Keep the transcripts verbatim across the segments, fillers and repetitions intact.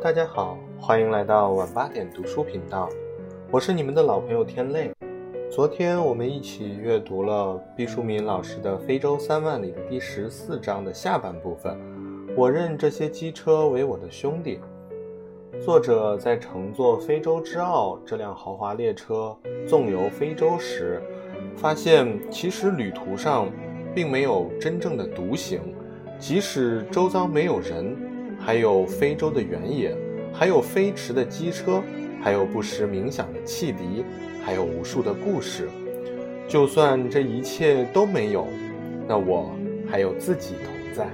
大家好，欢迎来到晚八点读书频道，我是你们的老朋友天泪。昨天我们一起阅读了毕淑敏老师的《非洲三万里》的第十四章的下半部分，我认这些机车为我的兄弟。作者在乘坐非洲之奥这辆豪华列车纵游非洲时，发现其实旅途上并没有真正的独行，即使周遭没有人，还有非洲的原野，还有飞驰的机车，还有不时鸣响的汽笛，还有无数的故事。就算这一切都没有，那我还有自己同在。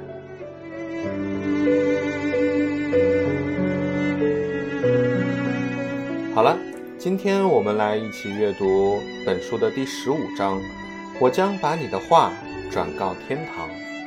好了，今天我们来一起阅读本书的第十五章，我将把你的话转告天堂。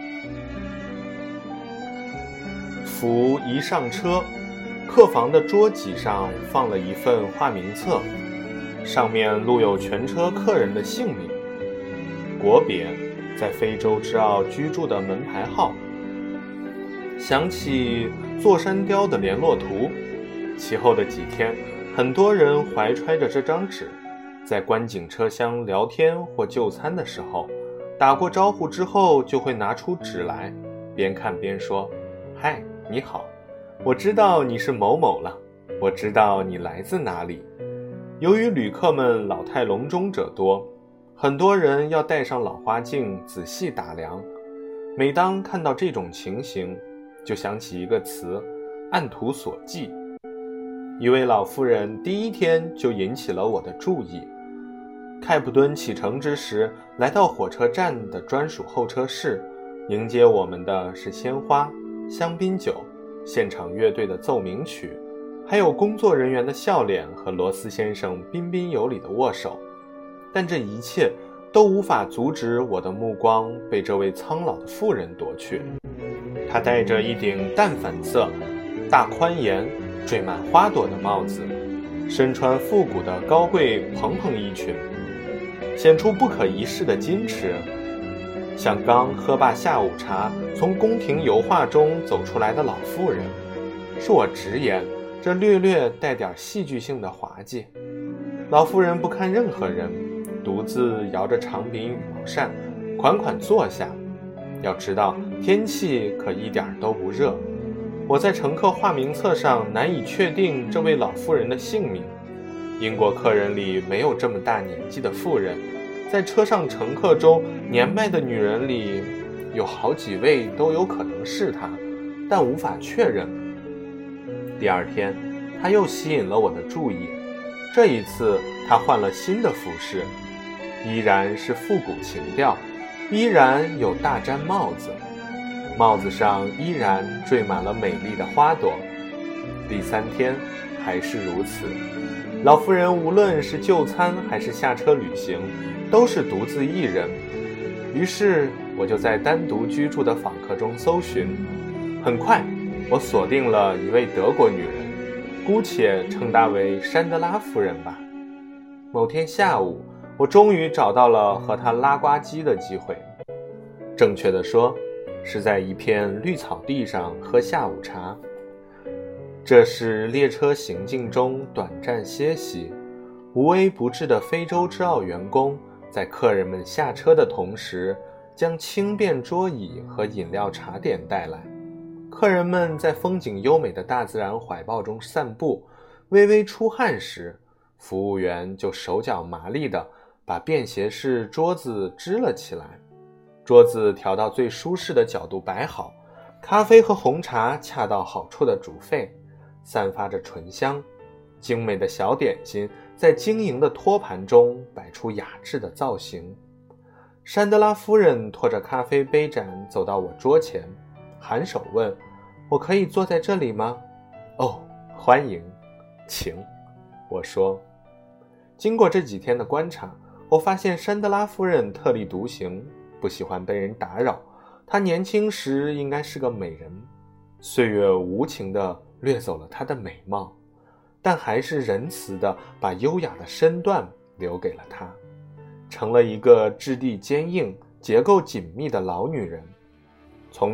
福一上车，客房的桌几上放了一份话名册，上面录有全车客人的姓名、国别、在非洲之奥居住的门牌号，想起座山雕的联络图。其后的几天，很多人怀揣着这张纸，在观景车厢聊天或就餐的时候，打过招呼之后就会拿出纸来，边看边说：嗨，你好，我知道你是某某了，我知道你来自哪里。由于旅客们老态龙钟者多，很多人要戴上老花镜仔细打量。每当看到这种情形，就想起一个词：按图索骥。一位老妇人第一天就引起了我的注意。开普敦启程之时，来到火车站的专属候车室，迎接我们的是鲜花、香槟酒、现场乐队的奏鸣曲，还有工作人员的笑脸和罗斯先生彬彬有礼的握手。但这一切都无法阻止我的目光被这位苍老的妇人夺去。她戴着一顶淡粉色、大宽檐、缀满花朵的帽子，身穿复古的高贵蓬蓬衣裙，显出不可一世的矜持，像刚喝罢下午茶从宫廷油画中走出来的老妇人。恕我直言，这略略带点戏剧性的滑稽。老妇人不看任何人，独自摇着长柄羽毛扇，款款坐下。要知道，天气可一点都不热。我在乘客话名册上难以确定这位老妇人的姓名。英国客人里没有这么大年纪的妇人，在车上乘客中年迈的女人里有好几位都有可能是她，但无法确认。第二天，她又吸引了我的注意。这一次她换了新的服饰，依然是复古情调，依然有大毡帽子，帽子上依然缀满了美丽的花朵。第三天还是如此，老妇人无论是就餐还是下车旅行，都是独自一人。于是我就在单独居住的访客中搜寻，很快我锁定了一位德国女人，姑且称她为山德拉夫人吧。某天下午，我终于找到了和她拉呱机的机会，正确地说，是在一片绿草地上喝下午茶。这是列车行进中短暂歇息，无微不至的非洲之奥员工在客人们下车的同时，将轻便桌椅和饮料茶点带来。客人们在风景优美的大自然怀抱中散步，微微出汗时，服务员就手脚麻利地把便携式桌子支了起来。桌子调到最舒适的角度摆好，咖啡和红茶恰到好处的煮沸，散发着醇香。精美的小点心在晶莹的托盘中摆出雅致的造型。山德拉夫人拖着咖啡杯盏走到我桌前，颔首问：我可以坐在这里吗？哦，欢迎，请，我说。经过这几天的观察，我发现山德拉夫人特立独行，不喜欢被人打扰。她年轻时应该是个美人，岁月无情地掠走了她的美貌，但还是仁慈地把优雅的身段留给了她，成了一个质地坚硬、结构紧密的老女人。从她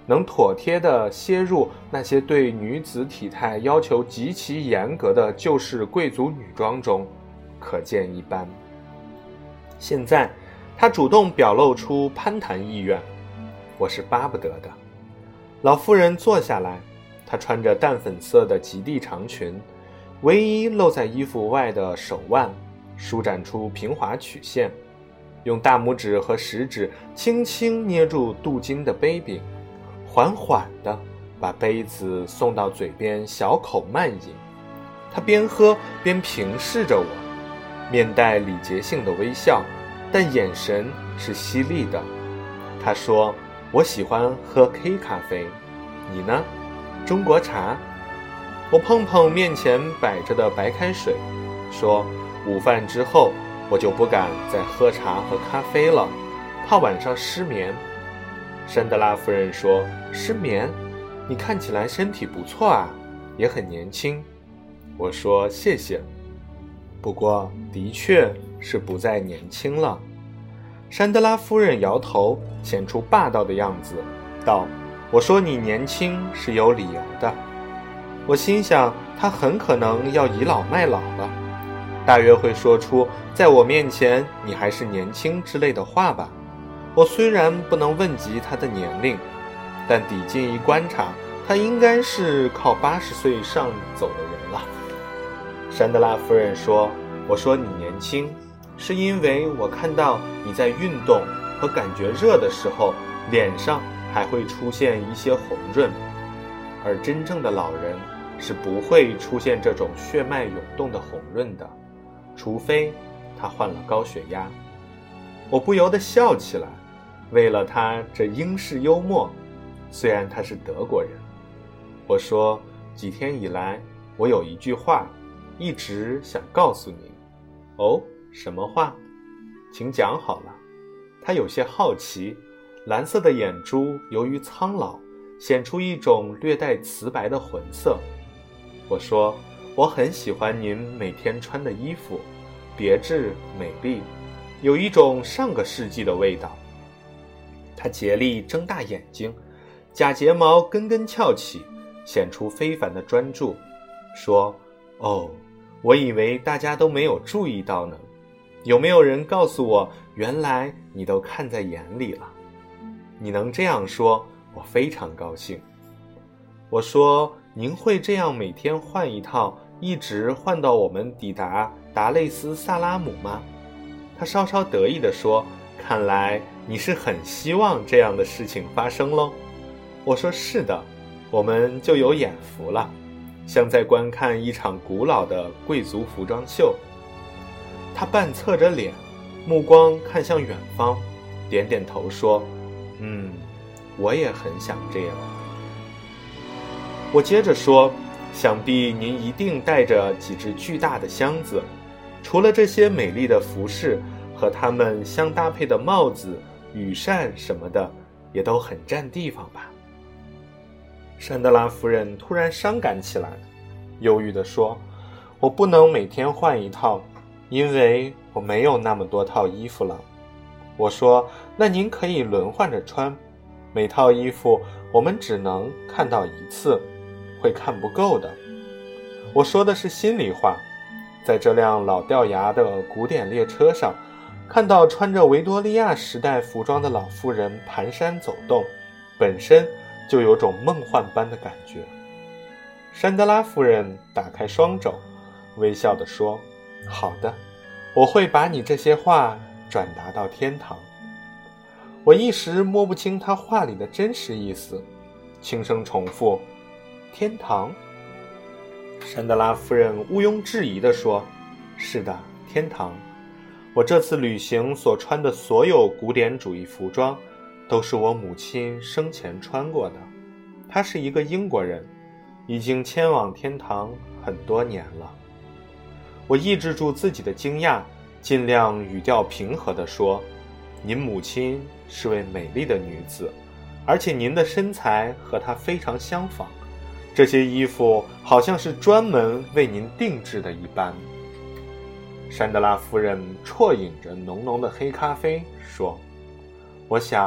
能妥帖地楔入那些对女子体态要求极其严格的旧式贵族女装中，可见一斑。现在他主动表露出攀谈意愿，我是巴不得的。老妇人坐下来，她穿着淡粉色的及地长裙，唯一露在衣服外的手腕舒展出平滑曲线，用大拇指和食指轻轻捏住镀金的杯柄，缓缓地把杯子送到嘴边，小口慢饮。她边喝边平视着我，面带礼节性的微笑，但眼神是犀利的。她说，我喜欢喝黑咖啡，你呢？中国茶？我碰碰面前摆着的白开水，说，午饭之后我就不敢再喝茶和咖啡了，怕晚上失眠。山德拉夫人说，失眠？你看起来身体不错啊，也很年轻。我说，谢谢。不过的确是不再年轻了。山德拉夫人摇头，显出霸道的样子，道，我说你年轻是有理由的。我心想，他很可能要倚老卖老了，大约会说出在我面前你还是年轻之类的话吧。我虽然不能问及他的年龄，但抵近一观察，他应该是靠八十岁上走的人了。山德拉夫人说，我说你年轻是因为我看到你在运动和感觉热的时候，脸上还会出现一些红润，而真正的老人是不会出现这种血脉涌动的红润的，除非他患了高血压。我不由得笑起来，为了他这英式幽默，虽然他是德国人。我说，几天以来我有一句话一直想告诉你。哦，什么话？请讲好了。他有些好奇，蓝色的眼珠由于苍老显出一种略带瓷白的浑色。我说，我很喜欢您每天穿的衣服，别致美丽，有一种上个世纪的味道。他竭力睁大眼睛，假睫毛根根翘起，显出非凡的专注，说，哦，我以为大家都没有注意到呢，有没有人告诉我，原来你都看在眼里了？你能这样说，我非常高兴。我说，您会这样每天换一套，一直换到我们抵达达累斯萨拉姆吗？他稍稍得意地说，看来你是很希望这样的事情发生咯。我说，是的，我们就有眼福了，像在观看一场古老的贵族服装秀。他半侧着脸，目光看向远方，点点头说，嗯，我也很想这样。我接着说，想必您一定带着几只巨大的箱子，除了这些美丽的服饰和它们相搭配的帽子、羽扇什么的，也都很占地方吧。山德拉夫人突然伤感起来，忧郁地说，我不能每天换一套，因为我没有那么多套衣服了。我说，那您可以轮换着穿，每套衣服我们只能看到一次，会看不够的。我说的是心里话，在这辆老掉牙的古典列车上，看到穿着维多利亚时代服装的老妇人蹒跚走动，本身就有种梦幻般的感觉。山德拉夫人打开双肘，微笑地说，好的，我会把你这些话转达到天堂。我一时摸不清他话里的真实意思，轻声重复，天堂。山德拉夫人毋庸置疑地说，是的，天堂。我这次旅行所穿的所有古典主义服装都是我母亲生前穿过的，她是一个英国人，已经迁往天堂很多年了。我抑制住自己的惊讶，尽量语调平和地说，您母亲是位美丽的女子，而且您的身材和她非常相仿，这些衣服好像是专门为您定制的一般。山德拉夫人啜饮着浓浓的黑咖啡，说，我想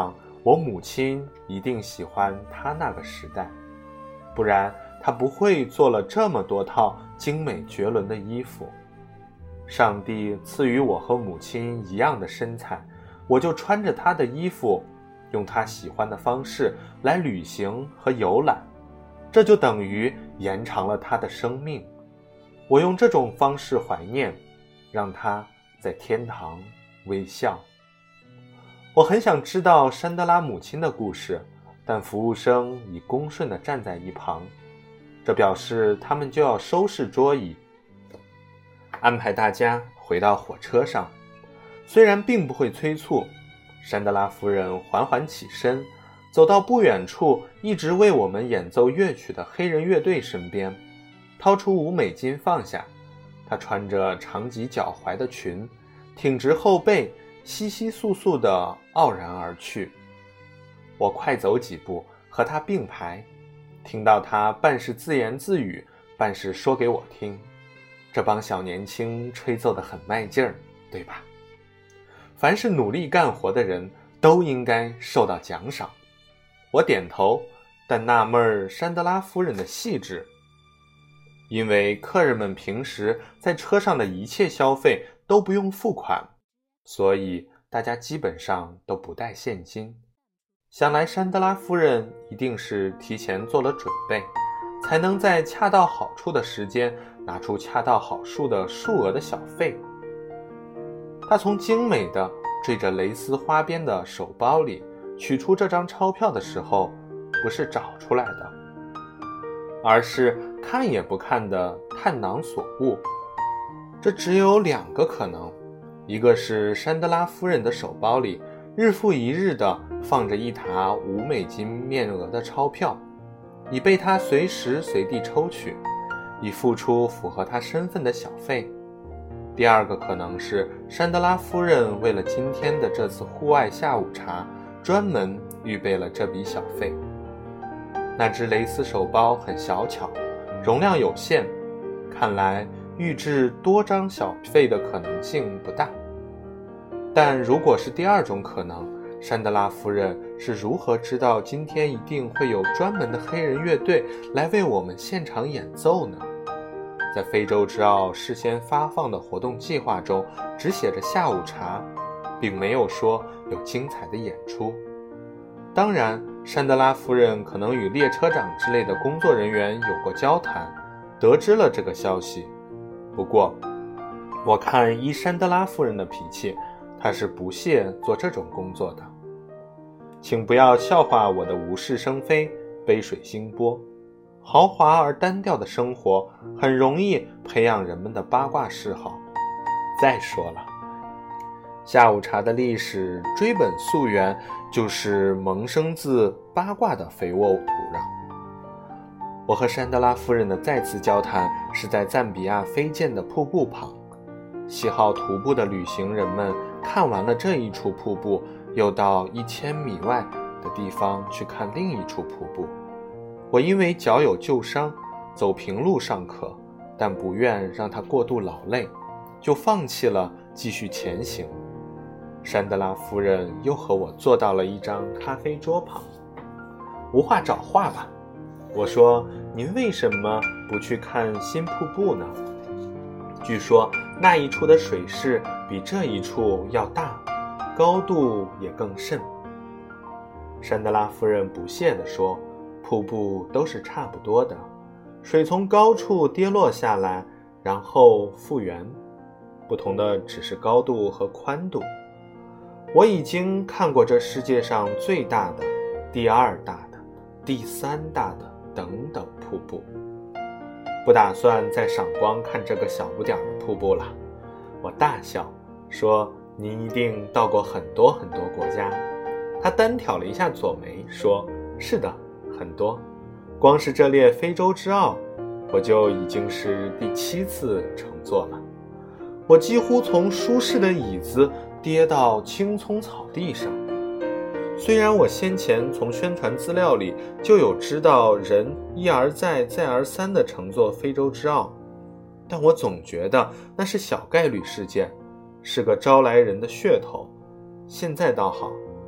我母亲一定喜欢她那个时代，不然她不会做了这么多套精美绝伦的衣服。上帝赐予我和母亲一样的身材，我就穿着她的衣服，用她喜欢的方式来旅行和游览，这就等于延长了她的生命。我用这种方式怀念，让她在天堂微笑。我很想知道山德拉母亲的故事，但服务生已恭顺地站在一旁，这表示他们就要收拾桌椅，安排大家回到火车上。虽然并不会催促，山德拉夫人缓缓起身，走到不远处一直为我们演奏乐曲的黑人乐队身边，掏出五美金放下。她穿着长及脚踝的裙，挺直后背，窸窸窣窣地傲然而去。我快走几步，和她并排，听到她半是自言自语，半是说给我听。这帮小年轻吹奏得很卖劲儿，对吧？凡是努力干活的人都应该受到奖赏。我点头，但纳闷山德拉夫人的细致。因为客人们平时在车上的一切消费都不用付款，所以大家基本上都不带现金。想来山德拉夫人一定是提前做了准备，才能在恰到好处的时间拿出恰到好处的数额的小费。她从精美的缀着蕾丝花边的手包里取出这张钞票的时候，不是找出来的，而是看也不看的探囊所悟。这只有两个可能，一个是山德拉夫人的手包里日复一日地放着一沓五美金面额的钞票，以被她随时随地抽取，以付出符合她身份的小费。第二个可能是山德拉夫人为了今天的这次户外下午茶专门预备了这笔小费。那只蕾丝手包很小巧，容量有限，看来预制多张小费的可能性不大。但如果是第二种可能，山德拉夫人是如何知道今天一定会有专门的黑人乐队来为我们现场演奏呢？在非洲之奥事先发放的活动计划中只写着下午茶，并没有说有精彩的演出。当然，山德拉夫人可能与列车长之类的工作人员有过交谈，得知了这个消息。不过我看依山德拉夫人的脾气，她是不屑做这种工作的。请不要笑话我的无事生非，杯水兴波。豪华而单调的生活很容易培养人们的八卦嗜好。再说了，下午茶的历史追本溯源，就是萌生自八卦的肥沃土壤。我和山德拉夫人的再次交谈是在赞比亚飞溅的瀑布旁。喜好徒步的旅行人们看完了这一处瀑布，又到一千米外的地方去看另一处瀑布。我因为脚有旧伤，走平路尚可，但不愿让它过度劳累，就放弃了继续前行。山德拉夫人又和我坐到了一张咖啡桌旁。无话找话吧，我说，您为什么不去看新瀑布呢？据说那一处的水势比这一处要大，高度也更甚。山德拉夫人不屑地说，瀑布都是差不多的，水从高处跌落下来，然后复原，不同的只是高度和宽度。我已经看过这世界上最大的、第二大的、第三大的等等瀑布，不打算再赏光看这个小不点的瀑布了。我大笑说，您一定到过很多很多国家。他单挑了一下左眉说，是的，很多，光是这列非洲之奥我就已经是第七次乘坐了。我几乎从舒适的椅子跌到青葱草地上。虽然我先前从宣传资料里就有知道人一而再再而三地乘坐非洲之奥，但我总觉得那是小概率事件，是个招来人的噱头。现在倒好，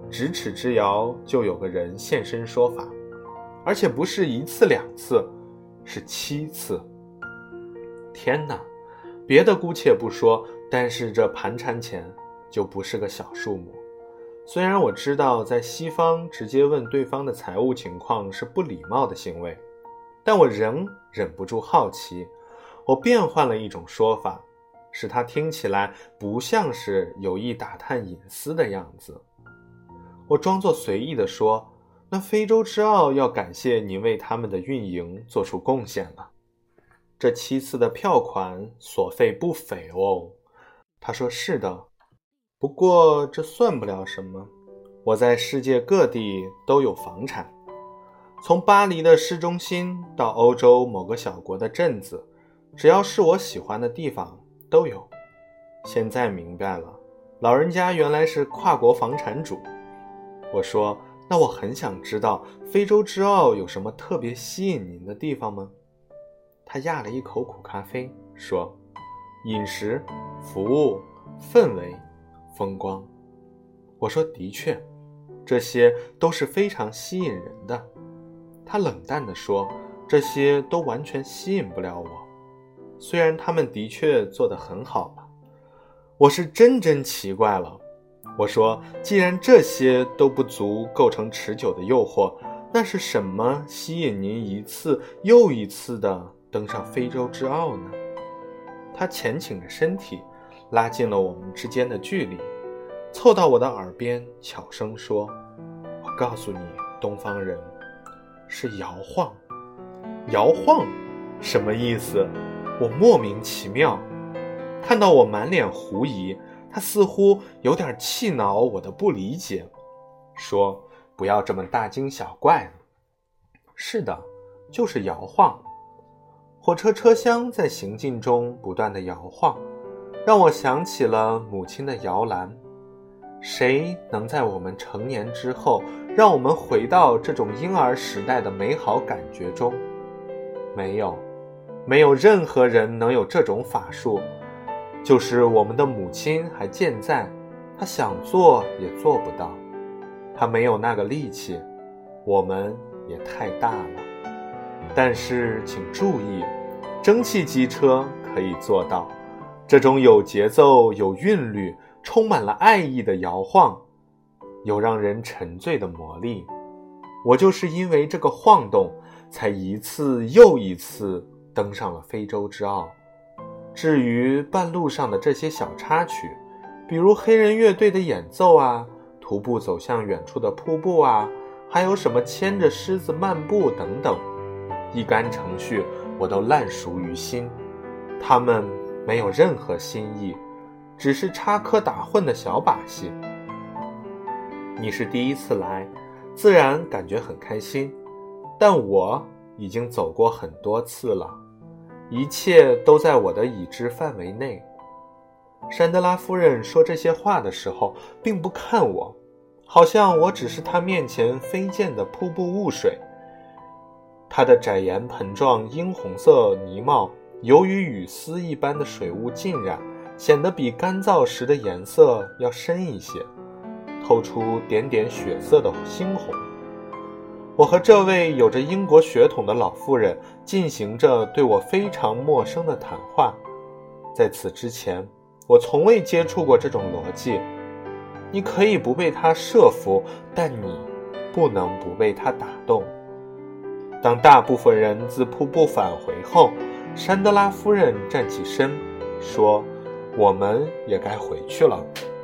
咫尺之遥就有个人现身说法，而且不是一次两次，是七次。天哪，别的姑且不说，但是这盘缠钱就不是个小数目。虽然我知道在西方直接问对方的财务情况是不礼貌的行为，但我仍忍不住好奇。我变换了一种说法，使他听起来不像是有意打探隐私的样子。我装作随意地说，那非洲之奥要感谢您为他们的运营做出贡献了。这七次的票款所费不菲哦。他说是的，不过这算不了什么。我在世界各地都有房产，从巴黎的市中心到欧洲某个小国的镇子，只要是我喜欢的地方都有。现在明白了，老人家原来是跨国房产主。我说，那我很想知道非洲之奥有什么特别吸引您的地方吗？他压了一口苦咖啡，说，饮食、服务、氛围、风光。我说，的确，这些都是非常吸引人的。他冷淡地说，这些都完全吸引不了我，虽然他们的确做得很好了。我是真真奇怪了。我说，既然这些都不足构成持久的诱惑，那是什么吸引您一次又一次地登上非洲之奥呢？他前倾着身体，拉近了我们之间的距离，凑到我的耳边悄声说，我告诉你，东方人，是摇晃。摇晃？什么意思？我莫名其妙。看到我满脸狐疑，他似乎有点气恼我的不理解，说，不要这么大惊小怪。是的，就是摇晃。火车车厢在行进中不断地摇晃，让我想起了母亲的摇篮。谁能在我们成年之后，让我们回到这种婴儿时代的美好感觉中？没有，没有任何人能有这种法术。就是我们的母亲还健在，她想做也做不到，她没有那个力气，我们也太大了。但是请注意，蒸汽机车可以做到，这种有节奏、有韵律、充满了爱意的摇晃，有让人沉醉的魔力。我就是因为这个晃动，才一次又一次登上了非洲之奥。至于半路上的这些小插曲，比如黑人乐队的演奏啊，徒步走向远处的瀑布啊，还有什么牵着狮子漫步等等，一干程序我都烂熟于心。他们没有任何新意，只是插科打诨的小把戏。你是第一次来，自然感觉很开心，但我已经走过很多次了，一切都在我的已知范围内。山德拉夫人说这些话的时候并不看我，好像我只是她面前飞溅的瀑布雾水。她的窄檐盆状殷红色泥帽由于雨丝一般的水雾浸染，显得比干燥时的颜色要深一些，透出点点血色的猩红。我和这位有着英国血统的老妇人进行着对我非常陌生的谈话。在此之前，我从未接触过这种逻辑。你可以不被它摄服，但你不能不被它打动。当大部分人自瀑布返回后，山德拉夫人站起身，说，我们也该回去了。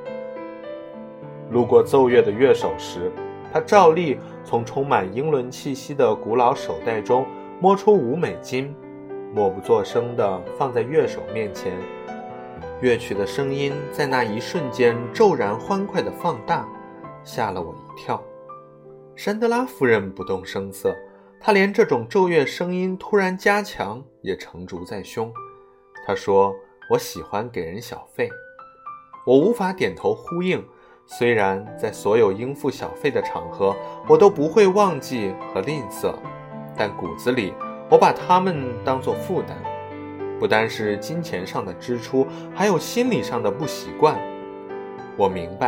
路过奏乐的乐手时，他照例从充满英伦气息的古老手袋中摸出五美金，默不作声地放在乐手面前。乐曲的声音在那一瞬间骤然欢快地放大，吓了我一跳。山德拉夫人不动声色，她连这种奏乐声音突然加强也成竹在胸。她说，我喜欢给人小费。我无法点头呼应，虽然在所有应付小费的场合我都不会忘记和吝啬，但骨子里我把它们当作负担，不单是金钱上的支出，还有心理上的不习惯。我明白，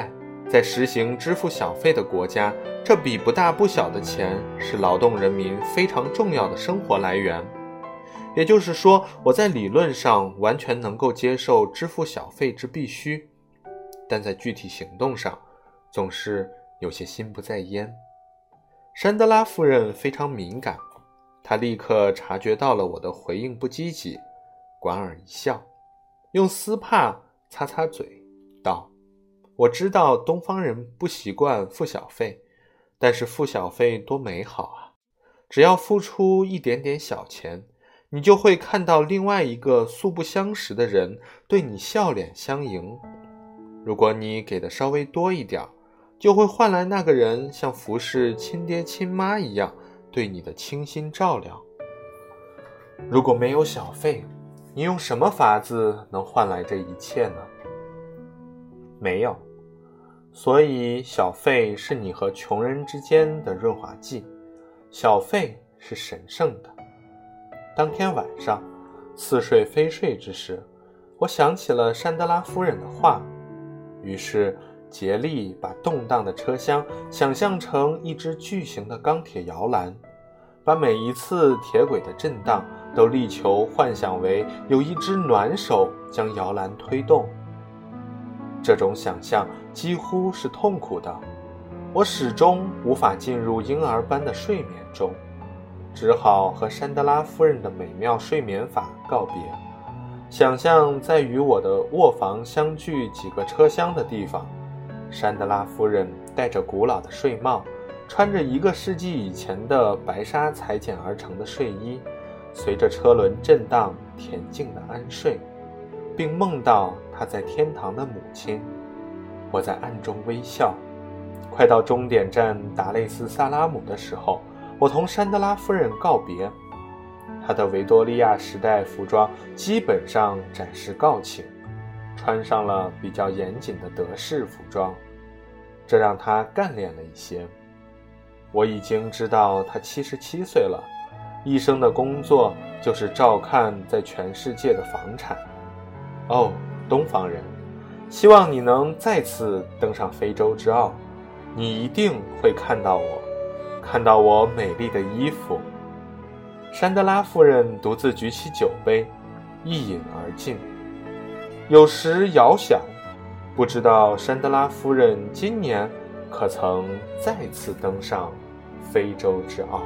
在实行支付小费的国家，这笔不大不小的钱是劳动人民非常重要的生活来源。也就是说，我在理论上完全能够接受支付小费之必须，但在具体行动上总是有些心不在焉。山德拉夫人非常敏感，她立刻察觉到了我的回应不积极，莞尔一笑，用丝帕擦擦嘴，道：我知道东方人不习惯付小费，但是付小费多美好啊！只要付出一点点小钱，你就会看到另外一个素不相识的人对你笑脸相迎。如果你给的稍微多一点，就会换来那个人像服侍亲爹亲妈一样对你的倾心照料。如果没有小费，你用什么法子能换来这一切呢？没有。所以小费是你和穷人之间的润滑剂，小费是神圣的。当天晚上，似睡非睡之时，我想起了山德拉夫人的话，于是竭力把动荡的车厢想象成一只巨型的钢铁摇篮，把每一次铁轨的震荡都力求幻想为有一只暖手将摇篮推动。这种想象几乎是痛苦的，我始终无法进入婴儿般的睡眠中，只好和山德拉夫人的美妙睡眠法告别。想象在与我的卧房相距几个车厢的地方，山德拉夫人戴着古老的睡帽，穿着一个世纪以前的白纱裁剪而成的睡衣，随着车轮震荡恬静地安睡，并梦到她在天堂的母亲。我在暗中微笑。快到终点站达累斯萨拉姆的时候，我同山德拉夫人告别。她的维多利亚时代服装基本上展示告罄，穿上了比较严谨的德式服装，这让她干练了一些。我已经知道她七十七岁了，一生的工作就是照看在全世界的房产。哦，东方人，希望你能再次登上非洲之傲，你一定会看到我，看到我美丽的衣服。山德拉夫人独自举起酒杯，一饮而尽。有时遥想，不知道山德拉夫人今年可曾再次登上非洲之傲。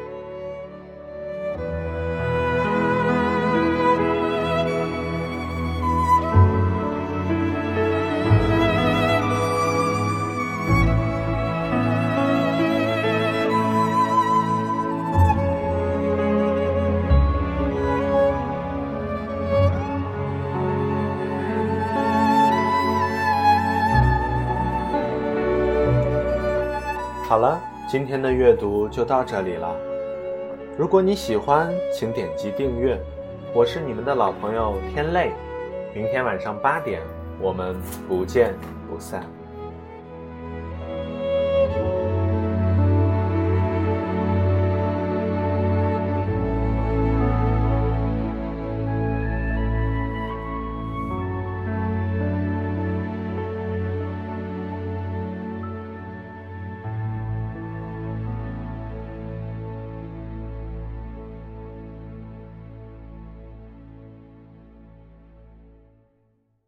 好了，今天的阅读就到这里了。如果你喜欢，请点击订阅。我是你们的老朋友天泪，明天晚上八点，我们不见不散。